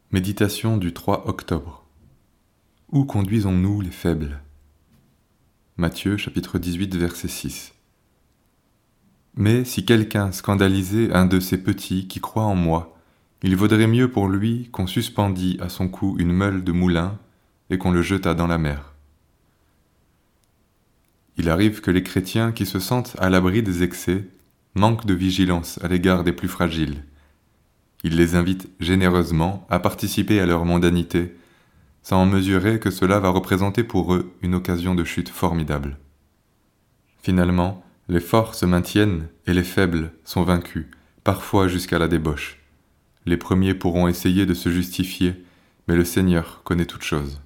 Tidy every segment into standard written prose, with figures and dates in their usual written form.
Méditation du 3 octobre. Où conduisons-nous les faibles ? Matthieu chapitre 18 verset 6. Mais si quelqu'un scandalisait un de ces petits qui croient en moi, il vaudrait mieux pour lui qu'on suspendît à son cou une meule de moulin et qu'on le jetât dans la mer. Il arrive que les chrétiens qui se sentent à l'abri des excès manquent de vigilance à l'égard des plus fragiles. Ils les invitent généreusement à participer à leur mondanité, sans mesurer que cela va représenter pour eux une occasion de chute formidable. Finalement, les forts se maintiennent et les faibles sont vaincus, parfois jusqu'à la débauche. Les premiers pourront essayer de se justifier, mais le Seigneur connaît toutes choses.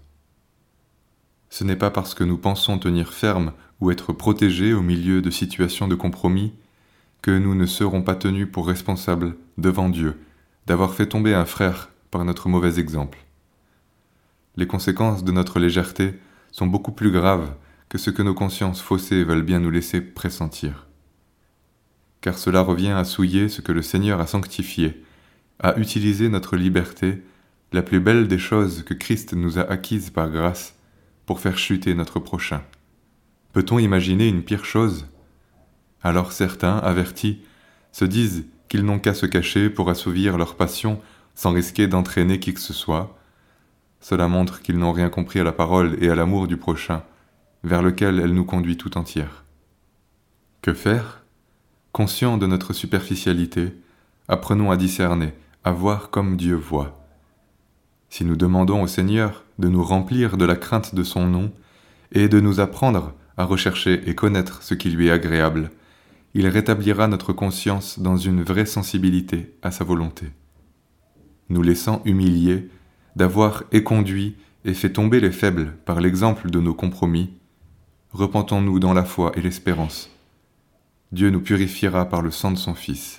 Ce n'est pas parce que nous pensons tenir ferme ou être protégés au milieu de situations de compromis que nous ne serons pas tenus pour responsables devant Dieu d'avoir fait tomber un frère par notre mauvais exemple. Les conséquences de notre légèreté sont beaucoup plus graves que ce que nos consciences faussées veulent bien nous laisser pressentir. Car cela revient à souiller ce que le Seigneur a sanctifié, à utiliser notre liberté, la plus belle des choses que Christ nous a acquises par grâce, pour faire chuter notre prochain. Peut-on imaginer une pire chose ? Alors certains, avertis, se disent qu'ils n'ont qu'à se cacher pour assouvir leur passion sans risquer d'entraîner qui que ce soit. Cela montre qu'ils n'ont rien compris à la parole et à l'amour du prochain, vers lequel elle nous conduit tout entière. Que faire ? Conscients de notre superficialité, apprenons à discerner, à voir comme Dieu voit. Si nous demandons au Seigneur de nous remplir de la crainte de son nom et de nous apprendre à rechercher et connaître ce qui lui est agréable, il rétablira notre conscience dans une vraie sensibilité à sa volonté. Nous laissant humilier d'avoir éconduit et fait tomber les faibles par l'exemple de nos compromis, repentons-nous dans la foi et l'espérance. Dieu nous purifiera par le sang de son Fils.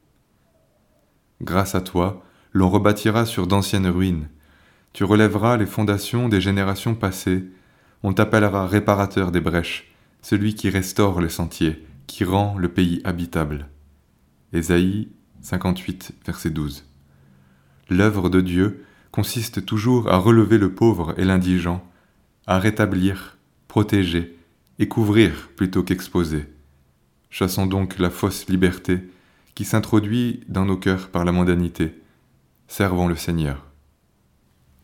Grâce à toi, l'on rebâtira sur d'anciennes ruines. Tu relèveras les fondations des générations passées. On t'appellera réparateur des brèches, celui qui restaure les sentiers, qui rend le pays habitable. Ésaïe 58, verset 12. L'œuvre de Dieu consiste toujours à relever le pauvre et l'indigent, à rétablir, protéger et couvrir plutôt qu'exposer. Chassons donc la fausse liberté qui s'introduit dans nos cœurs par la mondanité. Servons le Seigneur.